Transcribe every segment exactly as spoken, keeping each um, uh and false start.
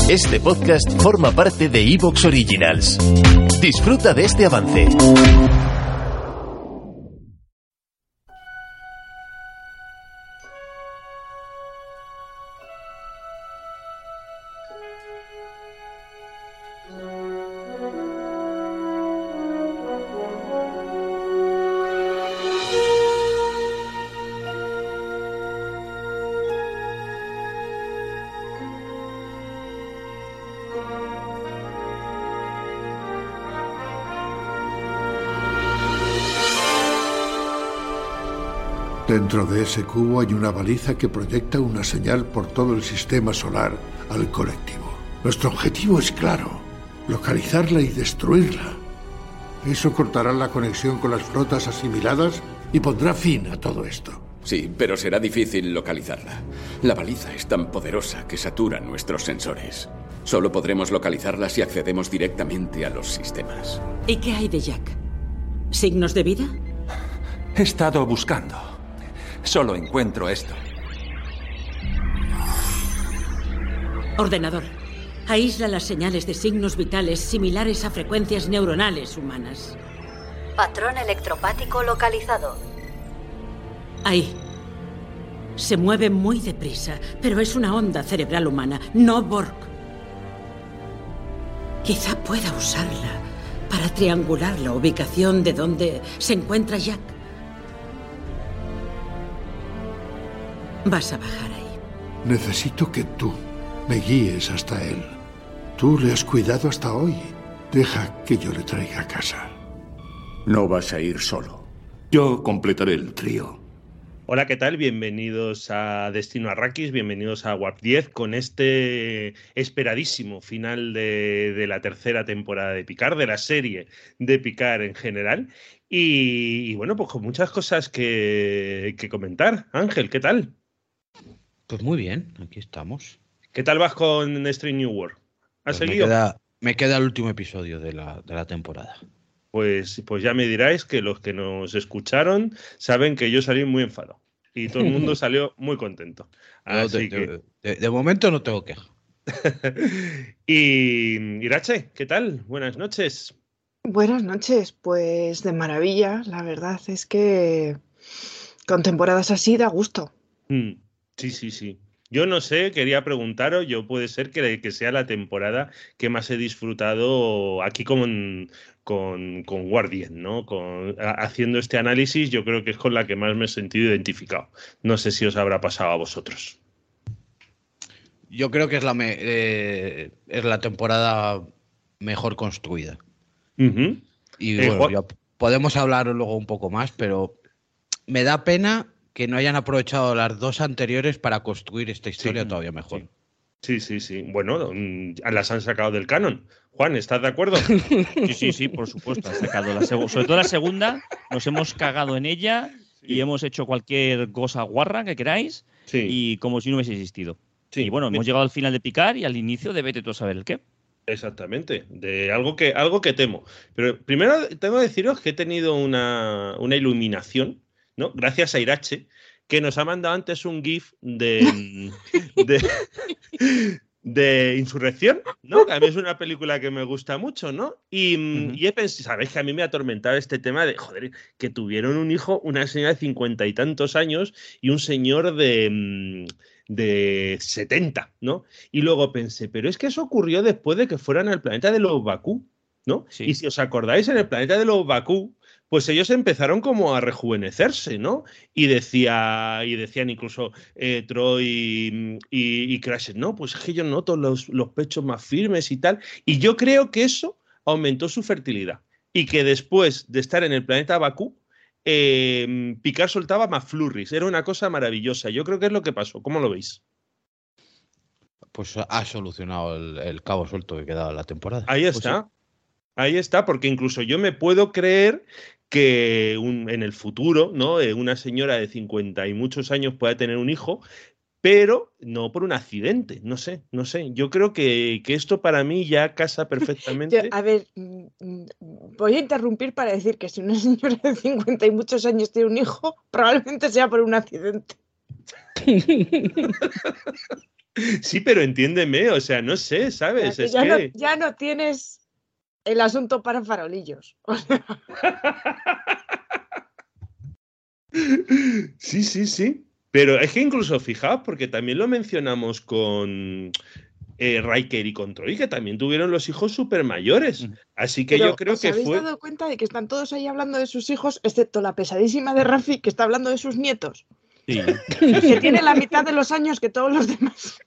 Este podcast forma parte de iVoox Originals. Disfruta de este avance. Dentro de ese cubo hay una baliza que proyecta una señal por todo el sistema solar al colectivo. Nuestro objetivo es claro: localizarla y destruirla. Eso cortará la conexión con las flotas asimiladas y pondrá fin a todo esto. Sí, pero será difícil localizarla. La baliza es tan poderosa que satura nuestros sensores. Solo podremos localizarla si accedemos directamente a los sistemas. ¿Y qué hay de Jack? ¿Signos de vida? He estado buscando. Solo encuentro esto. Ordenador. Aísla las señales de signos vitales similares a frecuencias neuronales humanas. Patrón electropático localizado. Ahí. Se mueve muy deprisa, pero es una onda cerebral humana, no Borg. Quizá pueda usarla para triangular la ubicación de donde se encuentra Jack. Vas a bajar ahí. Necesito que tú me guíes hasta él. Tú le has cuidado hasta hoy. Deja que yo le traiga a casa. No vas a ir solo. Yo completaré el trío. Hola, ¿qué tal? Bienvenidos a Destino Arrakis, bienvenidos a Warp diez con este esperadísimo final de, de la tercera temporada de Picard, de la serie de Picard en general. Y, y bueno, pues con muchas cosas que, que comentar. Ángel, ¿qué tal? Pues muy bien, aquí estamos. ¿Qué tal vas con Strange New World? ¿Has Pues seguido? Me queda, me queda el último episodio de la, de la temporada. Pues, pues ya me diráis que los que nos escucharon saben que yo salí muy enfadado y todo el mundo salió muy contento. Así de, que... de, de, de momento no tengo queja. Y Irache, ¿qué tal? Buenas noches. Buenas noches, pues de maravilla. La verdad es que con temporadas así da gusto. Mm, sí, sí, sí. Yo no sé, quería preguntaros, yo puede ser que, que sea la temporada que más he disfrutado aquí con, con, con Guardian, ¿no? Con, a, haciendo este análisis, yo creo que es con la que más me he sentido identificado. No sé si os habrá pasado a vosotros. Yo creo que es la, me, eh, es la temporada mejor construida. Uh-huh. Y eh, bueno, ya podemos hablar luego un poco más, pero me da pena que no hayan aprovechado las dos anteriores para construir esta historia sí, todavía mejor. Sí, sí, sí. Bueno, las han sacado del canon. Juan, ¿estás de acuerdo? Sí, sí, sí, por supuesto. Han sacado la seg- sobre todo la segunda, nos hemos cagado en ella sí. y hemos hecho cualquier cosa guarra que queráis sí. y como si no hubiese existido. Sí. Y bueno, hemos llegado al final de Picard y al inicio de vete tú a saber el qué. Exactamente, de algo que, algo que temo. Pero primero tengo que deciros que he tenido una, una iluminación, ¿no? Gracias a Irache, que nos ha mandado antes un GIF de, de, de Insurrección, ¿no? Que a mí es una película que me gusta mucho, ¿no? Y, uh-huh. y he pensado, sabéis que a mí me ha atormentado este tema de, joder, que tuvieron un hijo, una señora de cincuenta y tantos años y un señor de, de setenta, ¿no? Y luego pensé, pero es que eso ocurrió después de que fueran al planeta de los Bakú, ¿no? Sí. Y si os acordáis, en el planeta de los Bakú, pues ellos empezaron como a rejuvenecerse, ¿no? Y decía, y decían incluso eh, Troy y, y, y Crusher, no, pues es que yo noto los, los pechos más firmes y tal. Y yo creo que eso aumentó su fertilidad. Y que después de estar en el planeta Bakú, eh, Picard soltaba más flurries. Era una cosa maravillosa. Yo creo que es lo que pasó. ¿Cómo lo veis? Pues ha solucionado el, el cabo suelto que quedaba en la temporada. Ahí está. Pues sí. Ahí está, porque incluso yo me puedo creer que un, en el futuro, ¿no? Eh, una señora de cincuenta y muchos años pueda tener un hijo, pero no por un accidente, no sé, no sé. Yo creo que, que esto para mí ya casa perfectamente. Yo, a ver, voy a interrumpir para decir que si una señora de cincuenta y muchos años tiene un hijo, probablemente sea por un accidente. Sí, pero entiéndeme, o sea, no sé, ¿sabes? Que es ya, que... no, ya no tienes el asunto para farolillos. O sea... Sí, sí, sí. Pero es que incluso fijaos, porque también lo mencionamos con eh, Riker y con Troy, que también tuvieron los hijos súper mayores. Así que Pero, yo creo ¿os que habéis fue... dado cuenta de que están todos ahí hablando de sus hijos, excepto la pesadísima de Raffi, que está hablando de sus nietos? Sí. Que tiene la mitad de los años que todos los demás.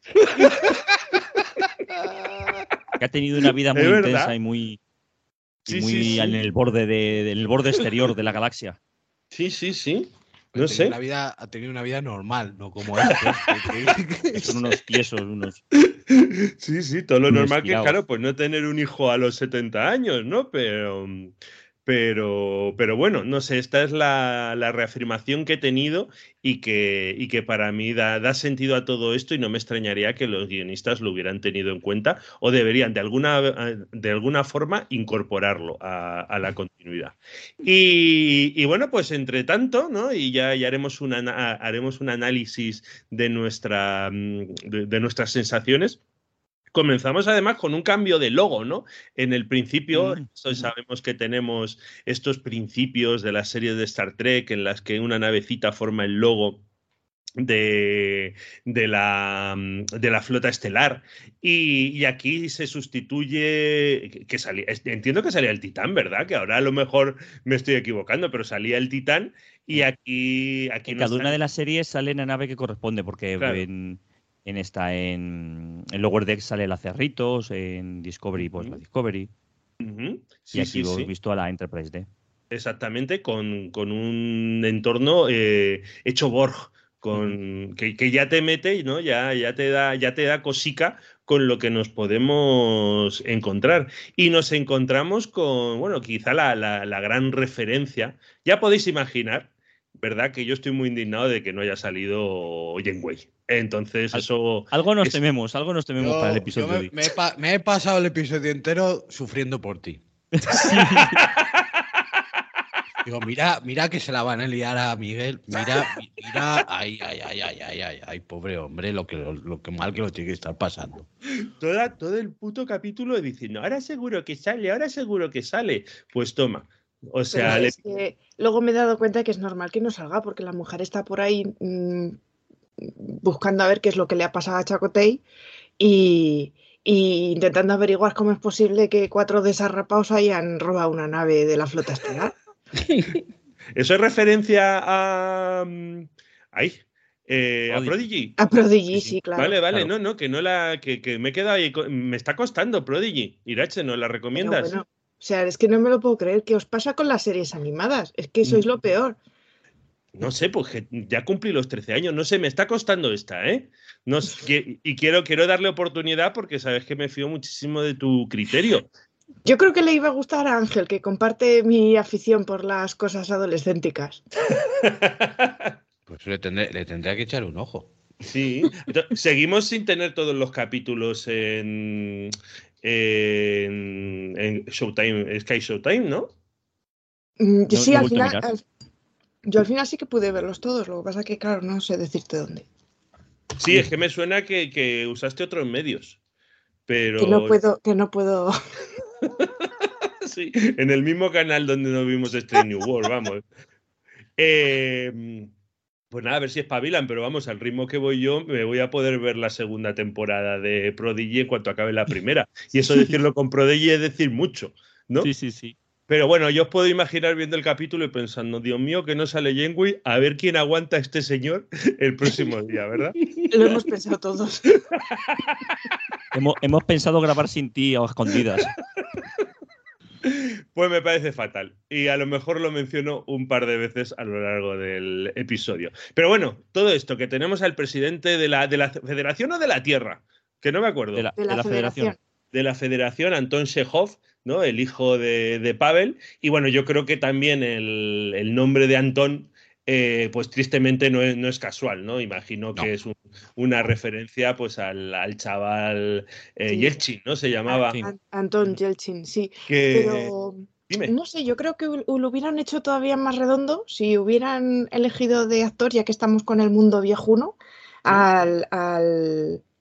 Que ha tenido una vida muy ¿Es intensa verdad? y muy, y Sí, muy sí, sí. en el borde de, en el borde exterior de la galaxia. Sí, sí, sí. No No sé. Una vida, ha tenido una vida normal, no como estos. Son unos tiesos, unos. Sí, sí, todo lo unos normal que, tiraos. claro, pues no tener un hijo a los setenta años, ¿no? Pero, pero, pero bueno, no sé, esta es la, la reafirmación que he tenido y que, y que para mí da, da sentido a todo esto y no me extrañaría que los guionistas lo hubieran tenido en cuenta o deberían de alguna, de alguna forma incorporarlo a, a la continuidad. Y, y bueno, pues entre tanto, ¿no? Y ya, ya haremos, una, haremos un análisis de, nuestra, de, de nuestras sensaciones. Comenzamos además con un cambio de logo, ¿no? En el principio, Mm, mm. sabemos que tenemos estos principios de las series de Star Trek en las que una navecita forma el logo de, de, la, de la flota estelar y, y aquí se sustituye que salía, entiendo que salía el Titán, ¿verdad? Que ahora a lo mejor me estoy equivocando, pero salía el Titán y aquí, aquí en no cada sale. una de las series sale la nave que corresponde, porque Claro. en, en esta, en, en Lower Decks sale la Cerritos, en Discovery, pues Uh-huh. la Discovery. Uh-huh. Sí, y aquí sí, hemos sí. visto a la Enterprise D. Exactamente, con, con un entorno eh, hecho Borg, con, uh-huh. que, que ya te mete, ¿no? Ya, ya te da, ya te da cosica con lo que nos podemos encontrar. Y nos encontramos con, bueno, quizá la, la, la gran referencia. Ya podéis imaginar, ¿verdad? Que yo estoy muy indignado de que no haya salido Janeway. Entonces, Al, eso. Algo nos es... tememos, algo nos tememos yo, para el episodio yo de me, hoy. Me he, pa, me he pasado el episodio entero sufriendo por ti. Sí. Digo, mira, mira que se la van a liar a Miguel. Mira, mira, ay, ay, ay, ay, ay, ay, ay, pobre hombre, lo que, lo, lo que mal que lo tiene que estar pasando. Toda, todo el puto capítulo diciendo, ahora seguro que sale, ahora seguro que sale. Pues toma. O sea, Pero le... es que luego me he dado cuenta de que es normal que no salga, porque la mujer está por ahí mmm, buscando a ver qué es lo que le ha pasado a Chakotay y, y intentando averiguar cómo es posible que cuatro desarrapados hayan robado una nave de la flota estelar. Eso es referencia a. Ay, eh, a Prodigy. A Prodigy, sí, sí claro. Vale, vale, claro. no, no, que no la. Que, que me he quedado ahí. Me está costando Prodigy. Irache, ¿no la recomiendas? Pero bueno, o sea, es que no me lo puedo creer. ¿Qué os pasa con las series animadas? Es que sois lo peor. No sé, pues ya cumplí los trece años. No sé, me está costando esta, ¿eh? No sé, y quiero, quiero darle oportunidad porque sabes que me fío muchísimo de tu criterio. Yo creo que le iba a gustar a Ángel, que comparte mi afición por las cosas adolescénticas. Pues le tendré, le tendré que echar un ojo. Sí. Entonces, seguimos sin tener todos los capítulos en, en, en Showtime, Sky Showtime, ¿no? Mm, No, sí, no he al vuelto a final. mirar. Al, yo al final sí que pude verlos todos. Lo que pasa es que, claro, no sé decirte dónde. Sí, es que me suena que, que usaste otros medios. Pero. Que no puedo, que no puedo. Sí, en el mismo canal donde nos vimos Strange New World, vamos. Eh, pues nada, a ver si espabilan, pero vamos, al ritmo que voy yo, me voy a poder ver la segunda temporada de Prodigy en cuanto acabe la primera. Y eso decirlo con Prodigy es decir mucho, ¿no? Sí, sí, sí. Pero bueno, yo os puedo imaginar viendo el capítulo y pensando, Dios mío, que no sale Janeway, a ver quién aguanta a este señor el próximo día, ¿verdad? Lo hemos pensado todos. hemos, hemos pensado grabar sin ti a escondidas. Pues me parece fatal. Y a lo mejor lo menciono un par de veces a lo largo del episodio. Pero bueno, todo esto, que tenemos al presidente de la, de la Federación o de la Tierra, que no me acuerdo. De la, De la de la Federación. federación. De la Federación, Anton Chekhov, ¿no? El hijo de, de Pavel. Y bueno, yo creo que también el, el nombre de Antón, eh, pues tristemente no es, no es casual, ¿no? Imagino que No. es un, una referencia pues al, al chaval eh, Sí. Yeltsin, ¿no? Se llamaba. Sí. An- Anton Yeltsin, sí. Que... Pero Dime. no sé, yo creo que lo hubieran hecho todavía más redondo si hubieran elegido de actor, ya que estamos con el mundo viejuno, al, al,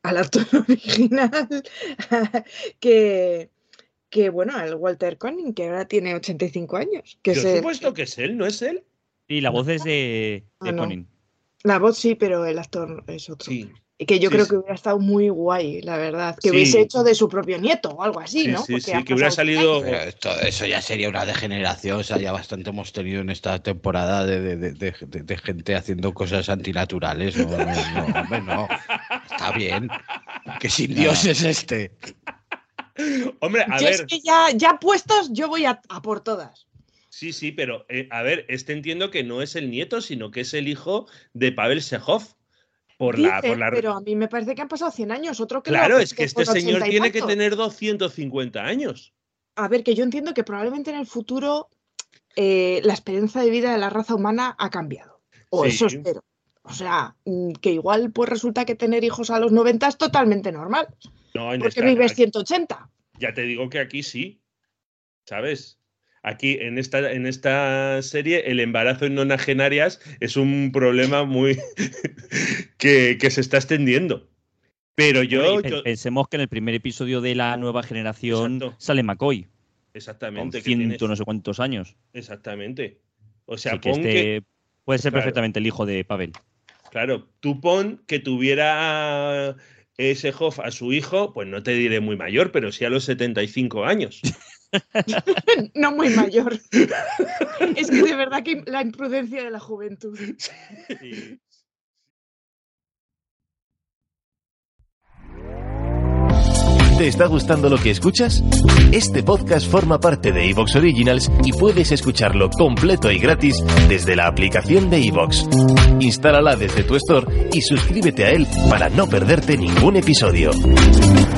al actor original, que, que bueno, el Walter Koenig, que ahora tiene ochenta y cinco años. Que Yo es supuesto el... que es él, ¿no es él? Sí, la voz es de, de ah, no. Koenig. La voz sí, pero el actor es otro. Sí. Y que yo sí, creo sí. que hubiera estado muy guay, la verdad. Que sí. hubiese hecho de su propio nieto o algo así, sí, ¿no? Sí, Porque sí, que hubiera salido... Esto, eso ya sería una degeneración. O sea, ya bastante hemos tenido en esta temporada de, de, de, de, de gente haciendo cosas antinaturales. No, no, no, hombre, no. Está bien. ¿Qué sin Dios no. es este? Hombre, a yo ver... Es que ya, ya puestos, yo voy a, a por todas. Sí, sí, pero eh, a ver, este entiendo que no es el nieto, sino que es el hijo de Pavel Chekhov. Por Dice, la, por la... Pero a mí me parece que han pasado cien años. Otro que claro, lo, es que este señor tiene que tener doscientos cincuenta años. A ver, que yo entiendo que probablemente en el futuro eh, la experiencia de vida de la raza humana ha cambiado. O sí. eso espero. O sea, que igual pues resulta que tener hijos a los noventa es totalmente normal. No, en porque esta, vives aquí, ciento ochenta. Ya te digo que aquí sí. ¿Sabes? Aquí en esta, en esta serie el embarazo en nonagenarias es un problema muy que, que se está extendiendo. Pero yo, Oye, yo... Pensemos que en el primer episodio de la nueva generación Exacto. sale McCoy. Exactamente. Con ciento tienes... no sé cuántos años. Exactamente. O sea, Así pon que, este que... puede ser claro. perfectamente el hijo de Pavel. Claro, tú pon que tuviera ese Chekhov a su hijo, pues no te diré muy mayor, pero sí a los setenta y cinco años. No muy mayor. Es que de verdad que la imprudencia de la juventud. Sí. ¿Te está gustando lo que escuchas? Este podcast forma parte de iVoox Originals y puedes escucharlo completo y gratis desde la aplicación de iVoox. Instálala desde tu store y suscríbete a él para no perderte ningún episodio.